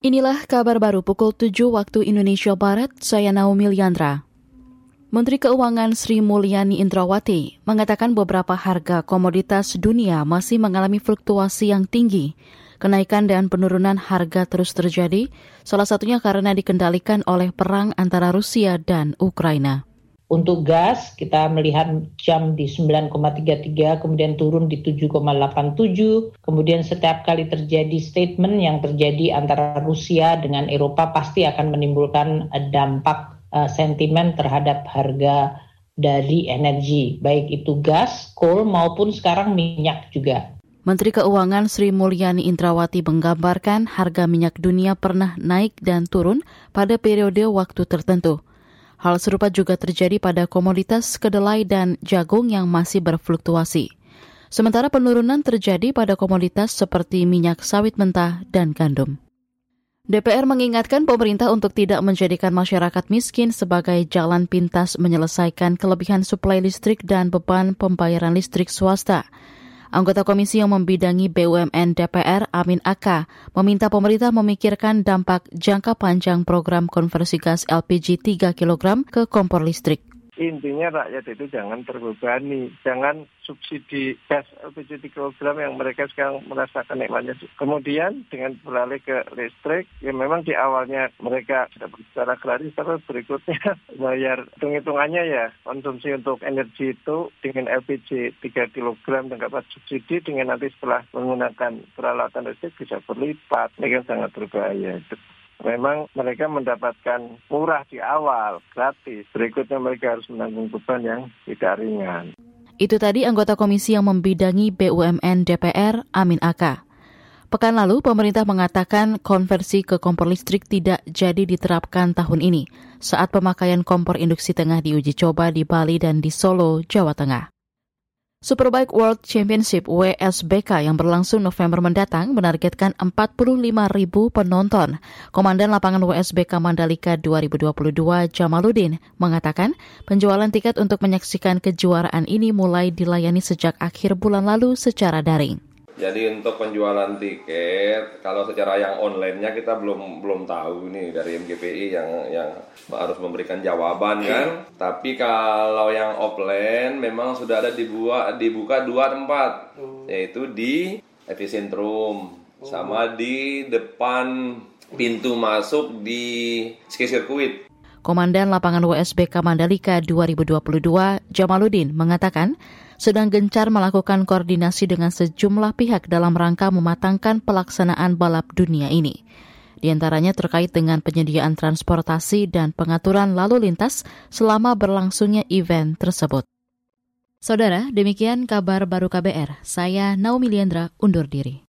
Inilah kabar baru pukul 7 waktu Indonesia Barat, saya Naomi Liandra. Menteri Keuangan Sri Mulyani Indrawati mengatakan beberapa harga komoditas dunia masih mengalami fluktuasi yang tinggi. Kenaikan dan penurunan harga terus terjadi, salah satunya karena dikendalikan oleh perang antara Rusia dan Ukraina. Untuk gas, kita melihat jam di 9,33, kemudian turun di 7,87. Kemudian setiap kali terjadi statement yang terjadi antara Rusia dengan Eropa pasti akan menimbulkan dampak sentimen terhadap harga dari energi, baik itu gas, coal maupun sekarang minyak juga. Menteri Keuangan Sri Mulyani Indrawati menggambarkan harga minyak dunia pernah naik dan turun pada periode waktu tertentu. Hal serupa juga terjadi pada komoditas kedelai dan jagung yang masih berfluktuasi. Sementara penurunan terjadi pada komoditas seperti minyak sawit mentah dan gandum. DPR mengingatkan pemerintah untuk tidak menjadikan masyarakat miskin sebagai jalan pintas menyelesaikan kelebihan suplai listrik dan beban pembayaran listrik swasta. Anggota Komisi yang membidangi BUMN DPR, Amin Aka, meminta pemerintah memikirkan dampak jangka panjang program konversi gas LPG 3 kg ke kompor listrik. Intinya rakyat itu jangan terbebani, jangan subsidi gas LPG 3 kg yang mereka sekarang merasakan nikmatnya. Kemudian dengan beralih ke listrik, ya memang di awalnya mereka dapat secara gratis, tapi berikutnya bayar hitung-hitungannya ya konsumsi untuk energi itu dengan LPG 3 kg dan dapat subsidi dengan nanti setelah menggunakan peralatan listrik bisa berlipat. Ini kan sangat berbahaya. Memang mereka mendapatkan murah di awal, gratis. Berikutnya mereka harus menanggung beban yang tidak ringan. Itu tadi anggota komisi yang membidangi BUMN DPR, Amin Aka. Pekan lalu, pemerintah mengatakan konversi ke kompor listrik tidak jadi diterapkan tahun ini, saat pemakaian kompor induksi tengah diuji coba di Bali dan di Solo, Jawa Tengah. Superbike World Championship WSBK yang berlangsung November mendatang menargetkan 45.000 penonton. Komandan lapangan WSBK Mandalika 2022 Jamaluddin mengatakan penjualan tiket untuk menyaksikan kejuaraan ini mulai dilayani sejak akhir bulan lalu secara daring. Jadi untuk penjualan tiket, kalau secara yang online-nya kita belum tahu nih dari MGPI yang harus memberikan jawaban kan. Tapi kalau yang offline memang sudah ada dibuka 2 tempat, yaitu di Epicentrum sama di depan pintu masuk di Ski Circuit. Komandan lapangan WSBK Mandalika 2022 Jamaluddin mengatakan sedang gencar melakukan koordinasi dengan sejumlah pihak dalam rangka mematangkan pelaksanaan balap dunia ini. Di antaranya terkait dengan penyediaan transportasi dan pengaturan lalu lintas selama berlangsungnya event tersebut. Saudara, demikian kabar baru KBR. Saya Naomi Liandra undur diri.